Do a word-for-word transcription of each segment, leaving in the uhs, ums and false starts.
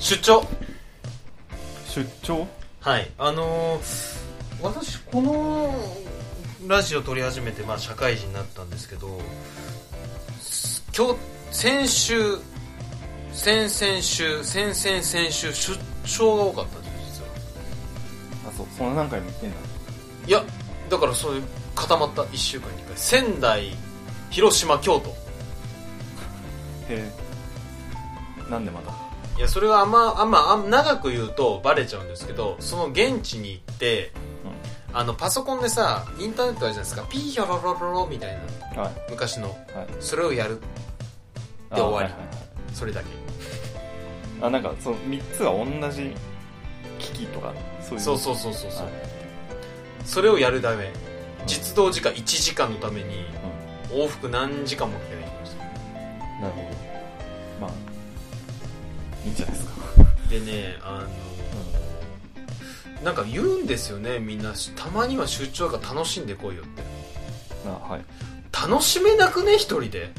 出張出張はいあのー、私このラジオ撮り始めて、まあ、社会人になったんですけど、今日先週先々週先々先週出張が多かったんですよ実は。 あ、そう、そんな何回も言ってんだ。 いやだからそういう固まったいっしゅうかんにいっかい、仙台、広島、京都。 へえ、なんでまだ。 いやそれはあんまあんまあん長く言うとバレちゃうんですけど、その現地に行って、うん、あのパソコンでさインターネットあるじゃないですか、ピーヒョロロロロみたいな、はい、昔の、はい、それをやるで終わり、はいはいはい、それだけ。 あ、なんかそのみっつは同じ機器とかそういう。 そうそうそうそうそう、はい、それをやるため、実動時間いちじかんのために、うん、往復何時間もかけないといけました。 なるほど。まあいいんじゃないですか。 でね、あの、うん、なんか言うんですよね、みんな。たまには出張が楽しんでこいよって。 あ、はい。 楽しめなくね、一人で。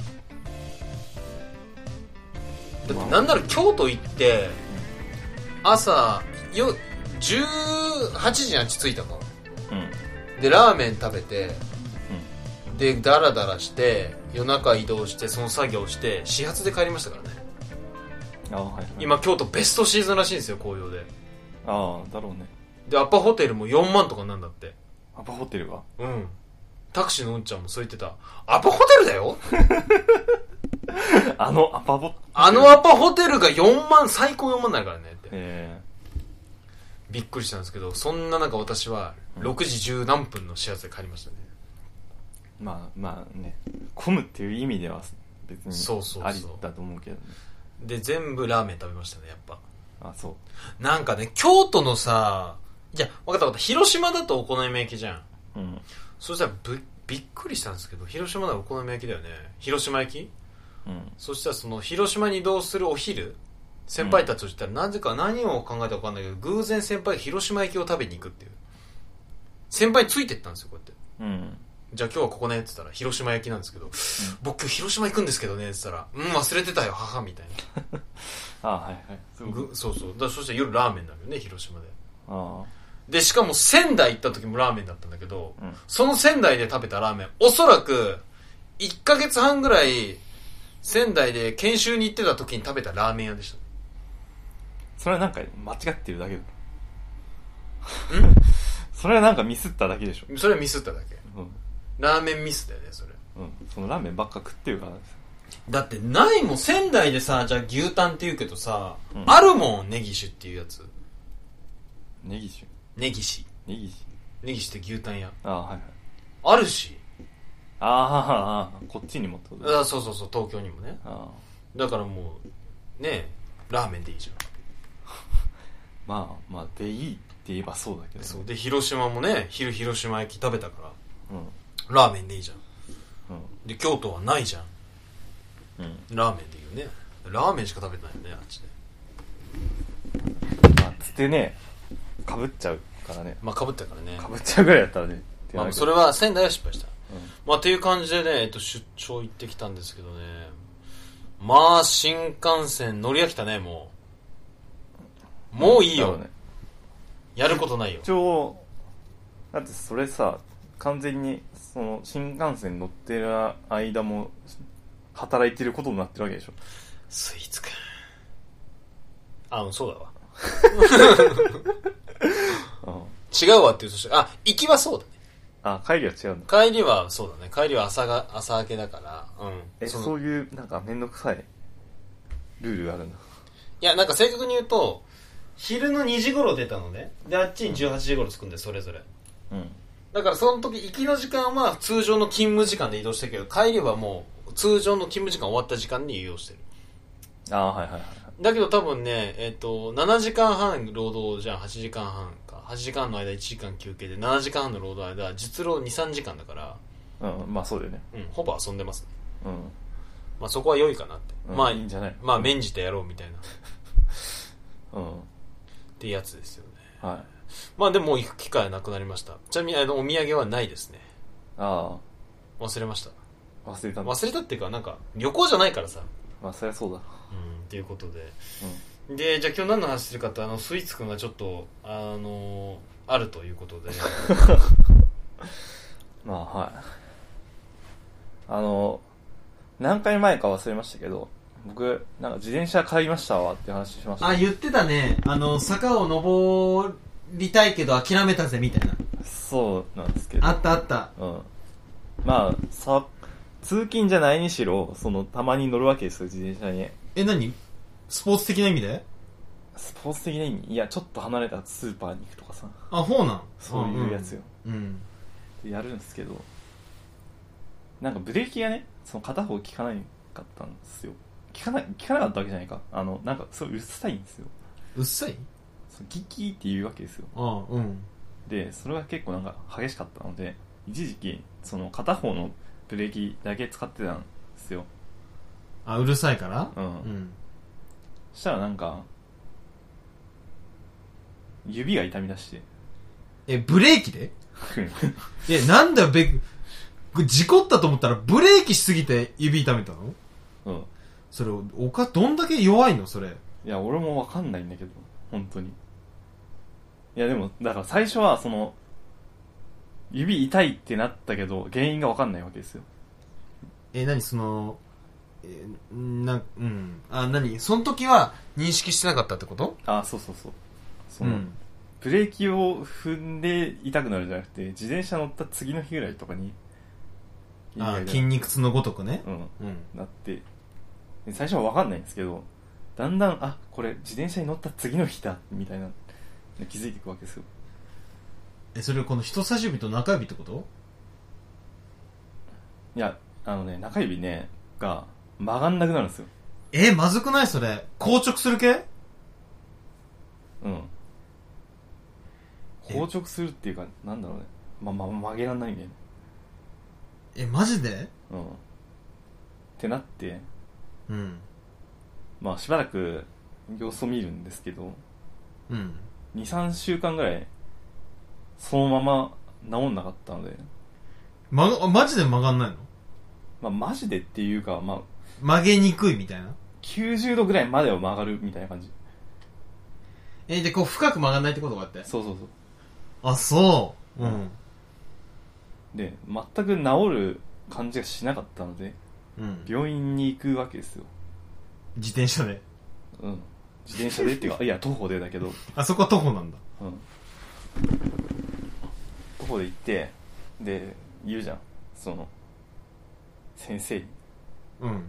だってなんなら京都行って朝よじゅうはちじにあっち着いたの、うん、でラーメン食べて、うん、でダラダラして夜中移動してその作業して始発で帰りましたからね。 あ、はいはい、 今京都ベストシーズンらしいんですよ、紅葉で。 ああ、だろうね。 でアパホテルもよんまんとかなんだって。 アパホテルが、 うん、タクシーのうんちゃんもそう言ってた。アパホテルだよあのアパホあのアパホテルがよんまん、最高よんまんになるからねって。 へー、びっくりしたんですけど、そんな中私はろくじじゅう何分の始発で帰りましたね。 まあまあね、混むっていう意味では別にそうそうそうありだと思うけどね。 で全部ラーメン食べましたね、やっぱ。 あ、そう。 なんかね、京都のさ、いや分かった分かった、広島だとお好み焼きじゃん。うん。そしたらぶびっくりしたんですけど、広島ならお好み焼きだよね。広島焼き。うん、そしたらその広島に移動するお昼、先輩たちとしたらなぜか何を考えたか分かんないけど、偶然先輩が広島焼きを食べに行くっていう。先輩についてったんですよ、こうやって。うん。じゃあ今日はここねって言ったら広島焼きなんですけど、うん、僕今日広島行くんですけどねって言ったら、うん、忘れてたよ母みたいな。 ああ、はいはい。 そうそうそう。だからそしたら夜ラーメンなんだよね、広島で。 ああ。 でしかも仙台行った時もラーメンだったんだけど、うん、その仙台で食べたラーメン、おそらくいっかげつはんぐらい仙台で研修に行ってた時に食べたラーメン屋でした。 それはなんか間違ってるだけだ。んそれはなんかミスっただけでしょ。 それはミスっただけ、うん、ラーメンミスだよねそれ。 うん、そのラーメンばっか食ってるから。 だってないもん、仙台でさ、じゃあ牛タンって言うけどさ、うん、あるもん、ネギシュっていうやつ。 ネギシュネギシネギシネギシって牛タン屋。 ああ、はいはい。 あるし。 ああ、こっちにもってこと。 あ、そうそうそう、東京にもね。あ、だからもうね、ラーメンでいいじゃん。 まあまあでいいって言えばそうだけど、ね、 そうで広島もね、昼広島焼き食べたから、うん、ラーメンでいいじゃん、うん、で京都はないじゃん、うん、ラーメンでいいよね。ラーメンしか食べてないよね、あっちで。まあつってね、かぶっちゃうからね。 まあかぶっちゃうからね。 かぶっちゃうぐらいだったらね。 まあそれは仙台は失敗した。うん、まあっていう感じでね、えっと出張行ってきたんですけどね。まあ新幹線乗り飽きたね、もう。もういいよ、ね、やることないよ。 出張だってそれさ、完全にその新幹線乗ってる間も働いてることになってるわけでしょ。 スイーツか。あ、うん、そうだわ。違うわって言うとしたら、あ、行きはそうだね。 あ、帰りは違うんだ。帰りはそうだね。帰りは朝が朝明けだから、うん。 え、そそういうなんかめんどくさいルールがあるんだ。 いや、なんか正確に言うと、昼のにじ頃出たのね。で、あっちにじゅうはちじ頃着くんで、それぞれ。うん。だからその時、行きの時間は通常の勤務時間で移動してるけど、帰りはもう通常の勤務時間終わった時間に移動してる。 ああ、はいはいはい。 だけど多分ね、えっと、ななじかんはん労働じゃん、はちじかんはんか。はちじかんの間いちじかん休憩で、ななじかんはんの労働間、実労に、さんじかんだから。 うん、まあそうだよね。 うん、ほぼ遊んでますね。うん。まあそこは良いかなって。うん、まあいいんじゃない。まあ免じてやろうみたいな。うん。ってやつですよね。はい。まあでももう行く機会はなくなりました。ちなみにあのお土産はないですね。ああ。忘れました。 忘れた。 忘れたっていうか、なんか旅行じゃないからさ。 まあそりゃそうだ。 うん、っていうことで、 で、じゃあ今日何の話するかって、あのスイーツくんがちょっとあのあるということでまあはいあの何回前か忘れましたけど、僕なんか自転車買いましたわって話しました、 あ、言ってたね。あの坂を登りたいけど諦めたぜみたいな。 そうなんですけど、 あったあった。 うん、まあさ通勤じゃないにしろ、そのたまに乗るわけですよ、自転車に。 え、何？スポーツ的な意味で？ スポーツ的な意味？いや、ちょっと離れたスーパーに行くとかさ。 あ、ほうなん？ そういうやつよ。 うん。 うん、やるんですけど、なんかブレーキがね、その片方効かないかったんですよ。効かない、効かなかったわけじゃないか。あの、なんかそううっさいんですよ。 うっさい？ そうギキーって言うわけですよ。 ああ、うん。 で、それが結構なんか激しかったので、一時期その片方のブレーキだけ使ってたんですよ。 あ、うるさいから？ うん。うん、そしたらなんか指が痛み出して。 え、ブレーキで？え、なんだよ、べ事故ったと思ったらブレーキしすぎて指痛めたの？ うん。 それおかどんだけ弱いのそれ？ いや、俺もわかんないんだけど、本当に。いやでもだから最初はその指痛いってなったけど原因がわかんないわけですよ。 え、何その、えな、うん。あ、何その時は認識してなかったってこと？ あ、そうそうそう。その、うん、ブレーキを踏んで痛くなるんじゃなくて、自転車乗った次の日ぐらいとかに、 あ、筋肉痛のごとくね。 うん。うん。なって、最初はわかんないんですけど、だんだん、あ、これ自転車に乗った次の日だ、みたいな、気づいていくわけですよ。 え、それこの人差し指と中指ってこと？ いや、あのね、中指ね、が曲がんなくなるんですよ。 え、まずくないそれ？硬直する系？ うん。硬直するっていうか、なんだろうね。ま、ま、曲げらんないんだよね。 え、マジで？ うん。ってなって、 うん。 まあしばらく様子を見るんですけど、 うん。 に、さんしゅうかんぐらい、そのまま治んなかったので。 ま、マジで曲がんないの？ まあマジでっていうか、まあ。 曲げにくいみたいな？ きゅうじゅうどぐらいまでは曲がるみたいな感じ。 え、で、こう深く曲がんないってことがあって？ そうそうそう。 あ、そう。うん。 で、全く治る感じがしなかったので、うん、病院に行くわけですよ。 自転車で？ うん。自転車でっていうか、いや、徒歩でだけど。 あそこは徒歩なんだ。 うん。徒歩で行って、で、言うじゃん。その、先生に。 うん。い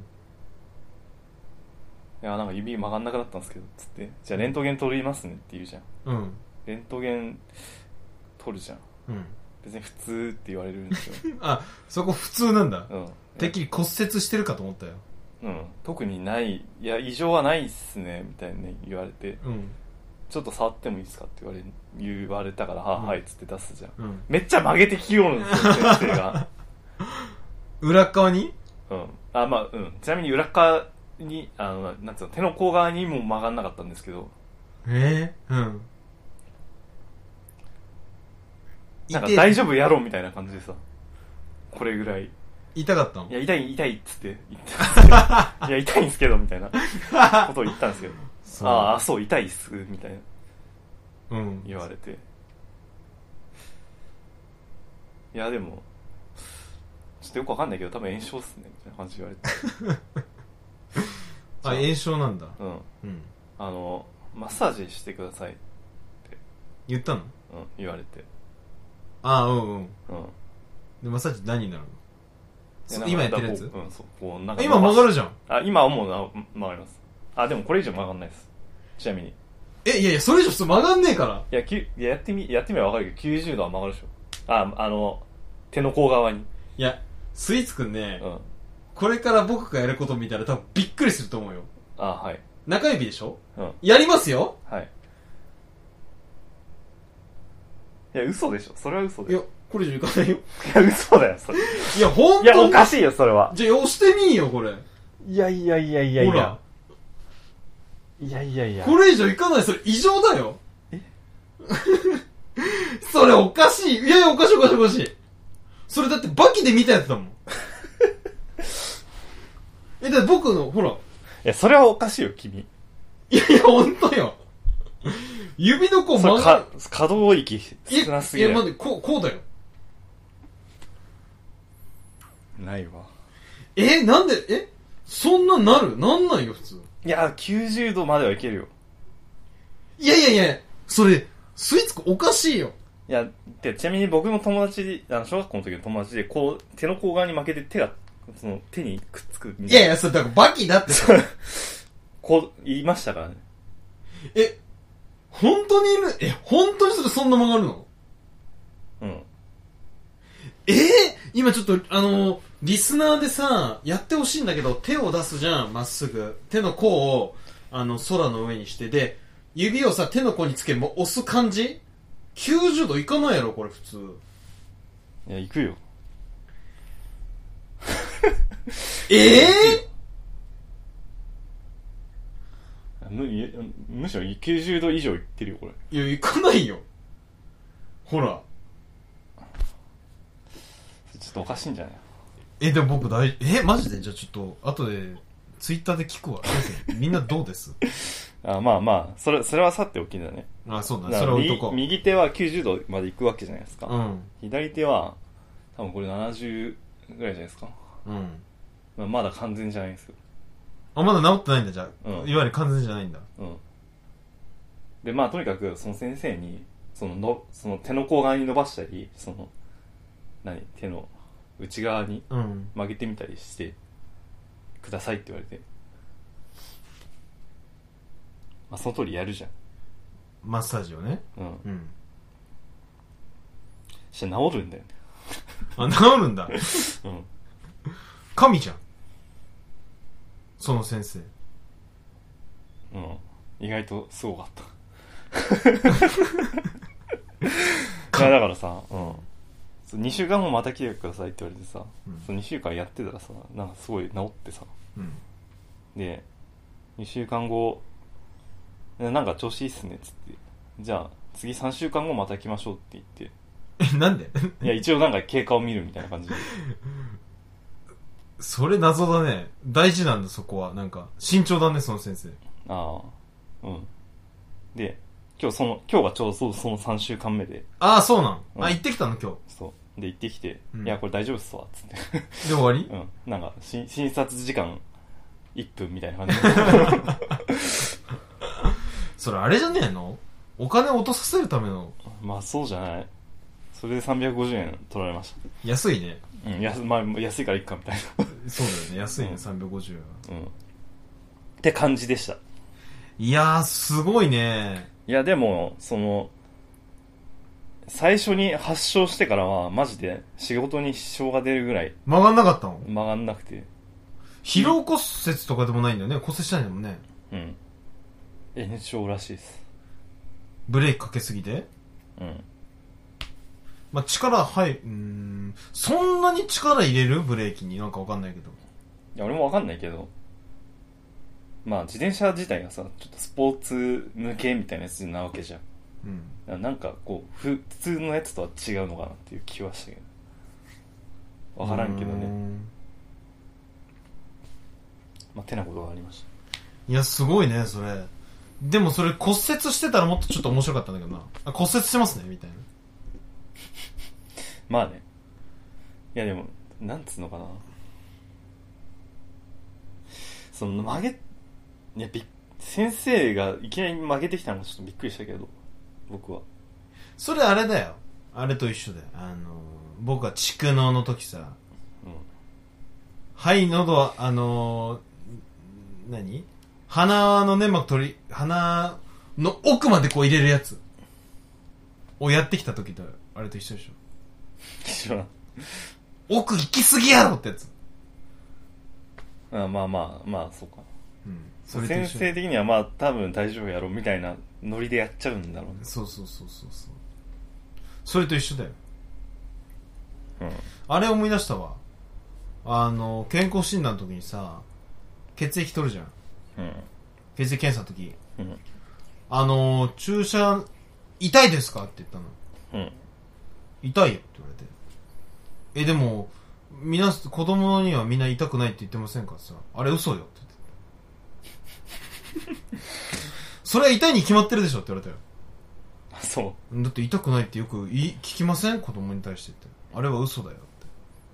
や、なんか指曲がんなくなったんですけど、つって。じゃあレントゲン取りますねって言うじゃん。 うん。 レントゲン取るじゃん。 うん。 別に普通って言われるんですよ。 あ、そこ普通なんだ。 うん。 てっきり骨折してるかと思ったよ。 うん。特にない、いや、異常はないっすね、みたいに、ね、言われて。 うん。 ちょっと触ってもいいですかって言われ、言われたから、は、うん、はいっつって出すじゃん。うん。めっちゃ曲げてきよるんですよ、先生が。 裏側に？ うん。あ、まあ、うん。ちなみに裏側に、あの、なんつうの、手の甲側にも曲がんなかったんですけど。 えー、うん。 なんか大丈夫やろうみたいな感じでさ、これぐらい。 痛かったの？ いや、痛い、痛いっつって言ったんですけど。いや、痛いんすけど、みたいなことを言ったんですけど。ああ、そう、痛いっす、みたいな。うん。言われて。いや、でも、ちょっとよくわかんないけど、多分炎症っすね、みたいな感じ言われて。 あ、炎症なんだ。 うん。うん。あの、マッサージしてくださいって。 言ったの？ うん、言われて。 ああ、うんうん。うん。 で、 マッサージ何になるの？今やってるやつ？ うん、そう。こうなんか今曲がるじゃん。 あ、今はもうな曲がります。あ、でもこれ以上曲がんないです。ちなみに。 え、いやいや、それ以上普通曲がんねえから。 いや、きいややってみ、やってみればわかるけど、きゅうじゅうどは曲がるでしょ。あ、あの、手の甲側に。 いや、スイーツくんね、 うん。これから僕がやること見たら多分びっくりすると思うよ。 あ、はい。 中指でしょ？ うん。 やりますよ？ はい。いや、嘘でしょ。それは嘘でしょ。 いや、これ以上いかないよ。 いや、嘘だよ、それ。 いや、ほんとに。 いや、おかしいよ、それは。 じゃあ、押してみーよ、これ。 いやいやいやいやいや。 ほら。 いやいやいや。 これ以上いかない、それ異常だよ。えそれおかしい。いやいや、おかしいおかしいおかしい。それだってバキで見たやつだもん。え、だって僕の、ほら。いや、それはおかしいよ、君。 いやいや、ほんとよ。指の甲曲がる。可動域少なすぎる。 いや、待って、こう、こうだよ。 ないわ。 え、なんで、えそんななるなんないよ、普通。 いや、きゅうじゅうどまではいけるよ。 いやいやいや、それ、スイーツおかしいよ。 いや、で、ちなみに僕の友達、あの、小学校の時の友達で、こう、手の甲側に負けて手が、その、手にくっつくみたいな。 いやいや、それ、だからバキだって。 こう、言いましたからね。 え、本当にいるえ、本当にそれそんな曲がるの？ うん。 えー、今ちょっと、あのー、リスナーでさ、やってほしいんだけど、手を出すじゃん、まっすぐ。手の甲を、あの、空の上にして、で、指をさ、手の甲につけ、もう押す感じ ?きゅうじゅう 度いかないやろ、これ普通。 いや、行くよ。 ええー、む、むしろきゅうじゅうど以上行ってるよ、これ。 いや、いかないよ。ほら。 ちょっとおかしいんじゃない？ え、でも僕大、え、マジでじゃあちょっと、後で、ツイッターで聞くわ。みんなどうですあ、まあまあ、それ、それはさておきだね。 あ、そうだね。それは置いとこう。 右手はきゅうじゅうどまで行くわけじゃないですか。 うん。 左手は、多分これななじゅうぐらいじゃないですか。 うん。 まあ、まだ完全じゃないんですよ。 あ、まだ治ってないんだ、じゃあ。 うん。 いわゆる完全じゃないんだ。 うん。で、まあ、とにかく、その先生に、そのの、その手の甲側に伸ばしたり、その、何、手の内側にうん。 曲げてみたりして、くださいって言われて。まあ、その通りやるじゃん。 マッサージをね。 うん。 うん。 そしたら治るんだよね。 あ、治るんだ。 うん。 神じゃん。その先生。 うん。意外とすごかった。いやだからさ、うん。にしゅうかんごまた来てくださいって言われてさ、うん、そのにしゅうかんやってたらさ、なんかすごい治ってさ、うん、で、にしゅうかんご、なんか調子いいっすねっつって、じゃあ次さんしゅうかんごまた来ましょうって言って。 え、なんで？ いや、一応なんか経過を見るみたいな感じで。 それ謎だね。大事なんだ、そこは。なんか、慎重だね、その先生。 ああ、うん。で、今日その、今日がちょうどそのさんしゅうかんめで。 ああ、そうなん、うん、あ、行ってきたの今日。 そう。で、行ってきて、うん、いや、これ大丈夫っすわ、つって。 で、終わり？ うん。なんか、し診察時間いっぷんみたいな感じ。 それあれじゃねえの？お金落とさせるための。 まあ、そうじゃない。それでさんびゃくごじゅうえん取られました。 安いね。 うん、安、まあ、安いからいっかみたいな。 そうだよね、安いね、うん、さんびゃくごじゅうえんは。 うん。って感じでした。 いやー、すごいね。 いや、でも、その、最初に発症してからは、マジで仕事に支障が出るぐらい。 曲がんなかったの？ 曲がんなくて。 疲労骨折とかでもないんだよね。骨折したんだもんね。 うん。炎症らしいです。 ブレーキかけすぎて？ うん。 まあ、力入る、うーん、そんなに力入れる？ブレーキになんかわかんないけど。 いや、俺もわかんないけど。まあ、自転車自体がさ、ちょっとスポーツ向けみたいなやつなわけじゃん。うん。なんか、こう、普通のやつとは違うのかなっていう気はしたけど。わからんけどね。まあ、てなことがありました。 いや、すごいね、それ。でもそれ骨折してたらもっとちょっと面白かったんだけどな。あ、骨折してますね、みたいな。 まあね。いやでも、なんつうのかな。その曲げ、いや、び先生がいきなり曲げてきたのがちょっとびっくりしたけど、僕は。 それあれだよ。あれと一緒だよ。あの、僕は蓄能の時さ、うん。はい、喉は、あのー、何？鼻の粘膜取り、鼻の奥までこう入れるやつをやってきた時と、あれと一緒でしょ。 一緒な。 奥行き過ぎやろってやつ。 あ、まあまあ、まあ、そうか。 うん。 それ先生的にはまあ多分大丈夫やろみたいなノリでやっちゃうんだろうね。 そうそうそうそうそう。それと一緒だよ。 うん。 あれ思い出したわ。あの、健康診断の時にさ、血液取るじゃん。 うん。 血液検査の時。 うん。 あの、注射、痛いですかって言ったの。 うん。 痛いよって言われて。え、でも、みな、子供にはみんな痛くないって言ってませんかってさ、あれ嘘よって言って。 それは痛いに決まってるでしょって言われたよ。 そう。 だって痛くないってよく言い聞きません？子供に対してって。あれは嘘だよって。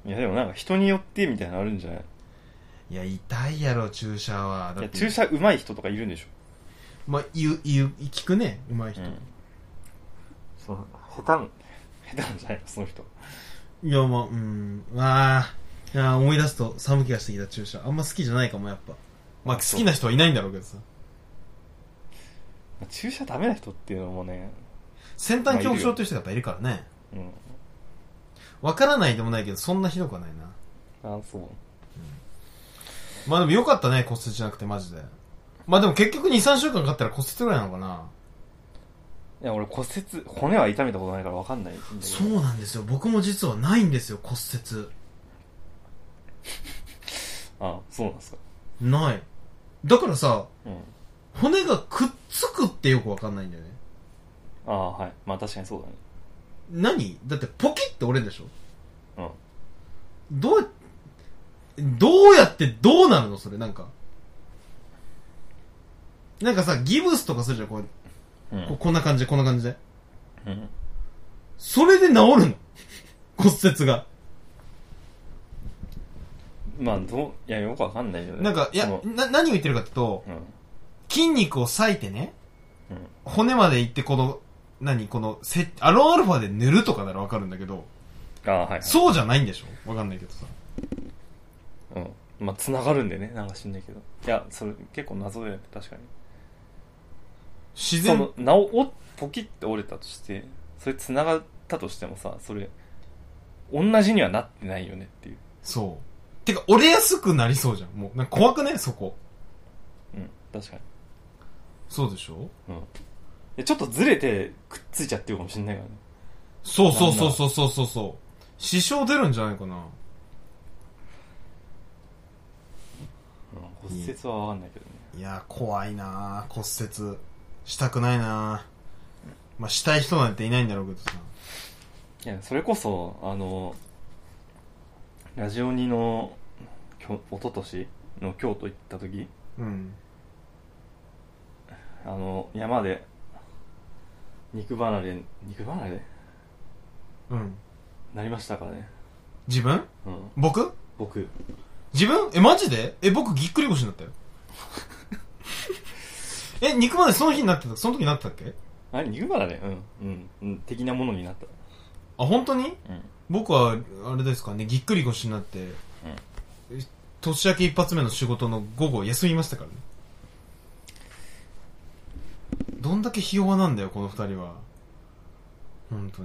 いやでもなんか人によってみたいなのあるんじゃない？ いや、痛いやろ、注射は。 だっていや注射上手い人とかいるんでしょ。 まあ、言う、言う、聞くね、上手い人。うん、 そう、下手、下手なんじゃないの、その人。 いや、まあ、うん、ああ、いや、思い出すと寒気がしてきた注射。あんま好きじゃないかも、やっぱ。まあ、好きな人はいないんだろうけどさ。 注射ダメな人っていうのもね、 先端恐怖症という人がやっぱいるからね。うん。わからないでもないけど、そんなひどくはないな。 ああ、そう。うん。 まあでもよかったね、骨折じゃなくて、マジで。まあでも結局に、さんしゅうかんかかったら骨折ぐらいなのかな。 いや、俺骨折、骨は痛めたことないからわかんないんだけど。 そうなんですよ。僕も実はないんですよ、骨折。 ああ、そうなんですか。 ない。だからさ、 うん、 骨がくっつくってよくわかんないんだよね。 ああ、はい。まあ確かにそうだね。 何？だってポキって折れるでしょ？ うん。 どうやって、どうやってどうなるのそれ、なんか。なんかさ、ギブスとかするじゃん、こう、うん、こ, こんな感じで、こんな感じで。うん。それで治るの骨折が。 まあ、どう、いや、よくわかんないよね。 なんか、いや、な、何を言ってるかって言うと、うん、筋肉を割いてね、うん、骨まで行って、この、何、この、せ、アロンアルファで塗るとかならわかるんだけど、 ああ、はい、はい。 そうじゃないんでしょ？わかんないけどさ。 うん。まあ、繋がるんでね、なんか知んないけど。いや、それ結構謎だよね、確かに。 自然。 その、なお、ポキって折れたとして、それ繋がったとしてもさ、それ、同じにはなってないよねっていう。 そう。てか、折れやすくなりそうじゃん。もう、なんか怖くねそこ。 うん、確かに。 そうでしょ？ うん。ちょっとずれてくっついちゃってるかもしんないからね。 そうそうそうそうそうそうそう。支障出るんじゃないかな。 うん、骨折はわかんないけどね。 いや、怖いな骨折。したくないなまあ、したい人なんていないんだろうけどさ。 いや、それこそ、あの、ラジオにの、きょ、おととしの京都行った時、うん。あの、山で、肉離れ、肉離れうん。なりましたからね。 自分？うん。僕？ 僕。 自分？え、マジで？え、僕ぎっくり腰になったよ。え、肉離れその日になってた？その時になってたっけ？ あれ、肉離れ？うん。うん。うん。的なものになった。 あ、本当に？うん。僕は、あれですかね、ぎっくり腰になって、うん。年明け一発目の仕事の午後休みましたからね。どんだけひ弱なんだよ、この二人は。本当に。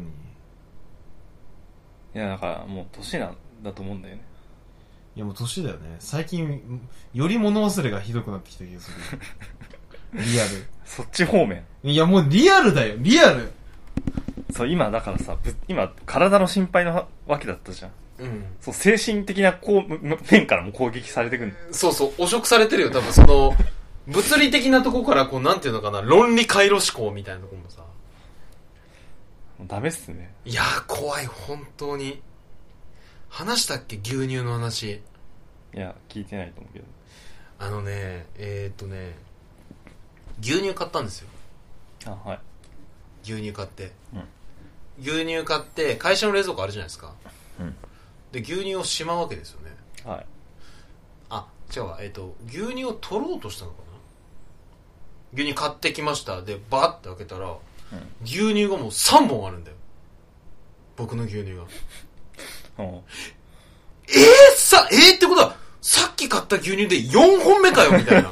いや、だからもう年なんだと思うんだよね。 いや、もう年だよね。最近、より物忘れがひどくなってきた気がする。リアル。 そっち方面。 いや、もうリアルだよ、リアル。 そう、今だからさ、今、体の心配のわけだったじゃん。うん。そう、精神的なこう面からも攻撃されてくる。 そうそう、汚職されてるよ、多分その、物理的なとこからこう、なんていうのかな、論理回路思考みたいなとこもさ。 ダメっすね。 いやー、怖い、本当に。話したっけ、牛乳の話。 いや、聞いてないと思うけど。 あのね、えーっとね、牛乳買ったんですよ。 あ、はい。 牛乳買って。うん。牛乳買って、会社の冷蔵庫あるじゃないですか。うん。で、牛乳をしまうわけですよね。はい。あ、違うわ、えーっと、牛乳を取ろうとしたのかな。牛乳買ってきました。で、バーって開けたら、うん、牛乳がもうさんぼんあるんだよ。僕の牛乳が。うん、えー、さ、えー、ってことは、さっき買った牛乳でよんほんめかよ、みたいな。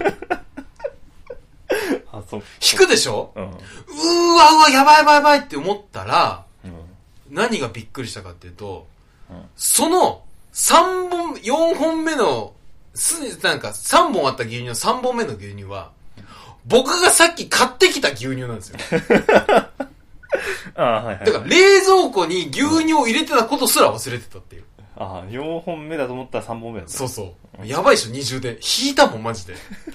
あ、そう。 引くでしょ、うん、うーわうわ、やばいやばいやばいって思ったら、うん、何がびっくりしたかっていうと、うん、そのさんぼん、よんほんめの、す、なんかさんぼんあった牛乳のさんぼんめの牛乳は、僕がさっき買ってきた牛乳なんですよ。 ああ、はいはい、はい。 だから冷蔵庫に牛乳を入れてたことすら忘れてたっていう。 ああ、よんほんめだと思ったらさんぼんめだった。 そうそう。やばいっしょ、二重で。引いたもん、マジで。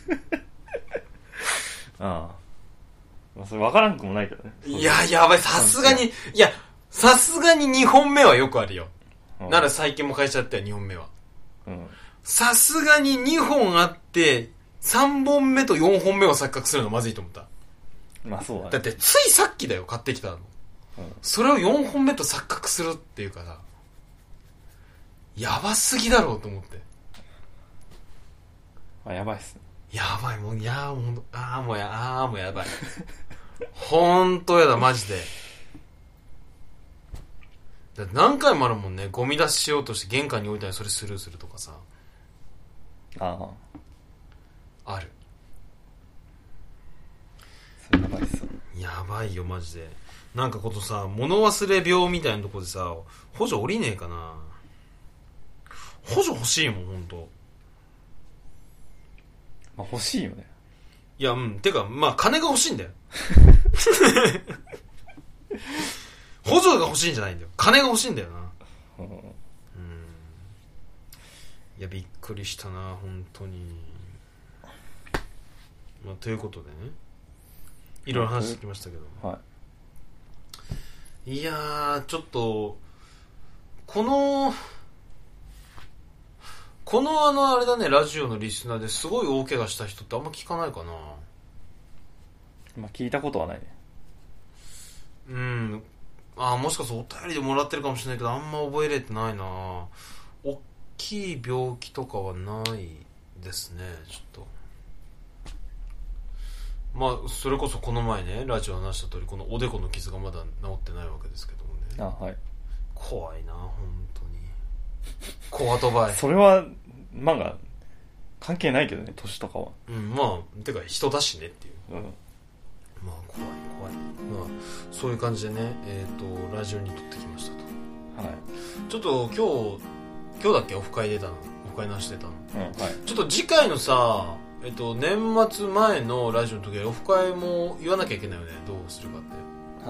ああ。まあ、それ分からんくもないけどね。 いや、やばい、さすがに、いや、さすがににほんめはよくあるよ。うん、なら最近も会社やったよ、にほんめは。さすがににほんあって、さんぼんめとよんほんめを錯覚するのまずいと思った。 まあそうだね。 だってついさっきだよ買ってきたの、うん、それをよんほんめと錯覚するっていうかさ、やばすぎだろうと思って。 あ、やばいっすね。 やばい、もう、いやーもう、あーもうや、あーもうやばい。ほんとやだ、マジで。だって何回もあるもんね、ゴミ出ししようとして玄関に置いたらそれスルーするとかさ。 ああ。ある。 それやばいっすよ。 やばいよ、マジで。なんかことさ、物忘れ病みたいなとこでさ、補助降りねえかな。補助欲しいもん、ほんと。 まあ欲しいよね。 いや、うん。てか、まあ、金が欲しいんだよ。補助が欲しいんじゃないんだよ。金が欲しいんだよな。うん。いや、びっくりしたな、本当に。まあ、ということでね。いろいろ話してきましたけど。 はい。 いやー、ちょっと、この、このあのあれだね、ラジオのリスナーですごい大怪我した人ってあんま聞かないかな。 まあ聞いたことはないね。 うん。あ、もしかしたらお便りでもらってるかもしれないけど、あんま覚えれてないな。大きい病気とかはないですね、ちょっと。まあ、それこそこの前ね、ラジオ話した通り、このおでこの傷がまだ治ってないわけですけどもね。 あ、はい。 怖いな、本当に。コアトバイ。 それは、まあ、関係ないけどね、年とかは。 うん、まあ、てか人だしねっていう。 うん。 まあ、怖い怖い。まあ、そういう感じでね、えっと、ラジオに撮ってきましたと。 はい。 ちょっと今日、今日だっけオフ会出たのオフ会なし出たの、 うん、はい。ちょっと次回のさ、えっと、年末前のラジオの時はオフ会も言わなきゃいけないよね。どうするかって。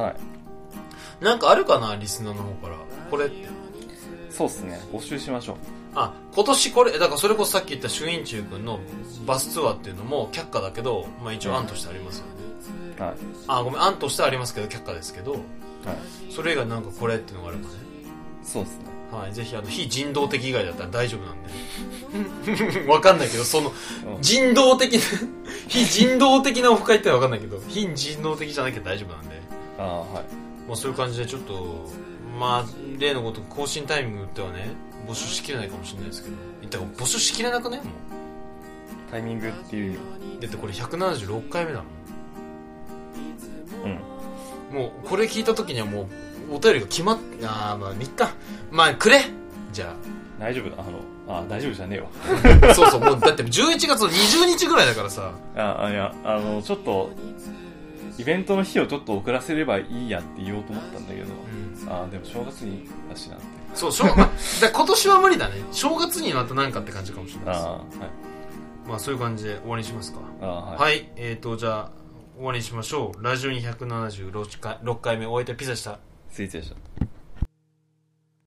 はい。 なんかあるかなリスナーの方から。これって。 そうっすね。募集しましょう。 あ、今年これ、だからそれこそさっき言った朱印中君のバスツアーっていうのも却下だけど、まあ一応案としてありますよね。 はい。 あ、ごめん、案としてはありますけど、却下ですけど、はい。それ以外なんかこれっていうのがあればね。 そうっすね。 はい、ぜひあの非人道的以外だったら大丈夫なんでわかんないけど、その人道的な非人道的なオフ会ってのはわかんないけど、非人道的じゃなきゃ大丈夫なんで、 ああ、はい、 まあ、そういう感じでちょっとまあ例のごとく更新タイミングってはね募集しきれないかもしれないですけど、一体募集しきれなくねもうタイミングっていう意味だってこれひゃくななじゅうろっかいめだもん。 うん。 もうこれ聞いた時にはもうお便りが決まっあーまあみっかまあくれじゃあ大丈夫だあのあ大丈夫じゃねえわそうそうもうだってじゅういちがつのにじゅうにちぐらいだからさああいやあのちょっとイベントの日をちょっと遅らせればいいやって言おうと思ったんだけど、うん、あでも正月にだしなってそう正、まあ、だ今年は無理だね正月にまた何かって感じかもしれないです。あ、はい、まあそういう感じで終わりにしますか。あ、はい、はい、えーとじゃあ終わりにしましょう。ラジオにひゃくななじゅうろっかいめお相手ピザした。 失礼しました。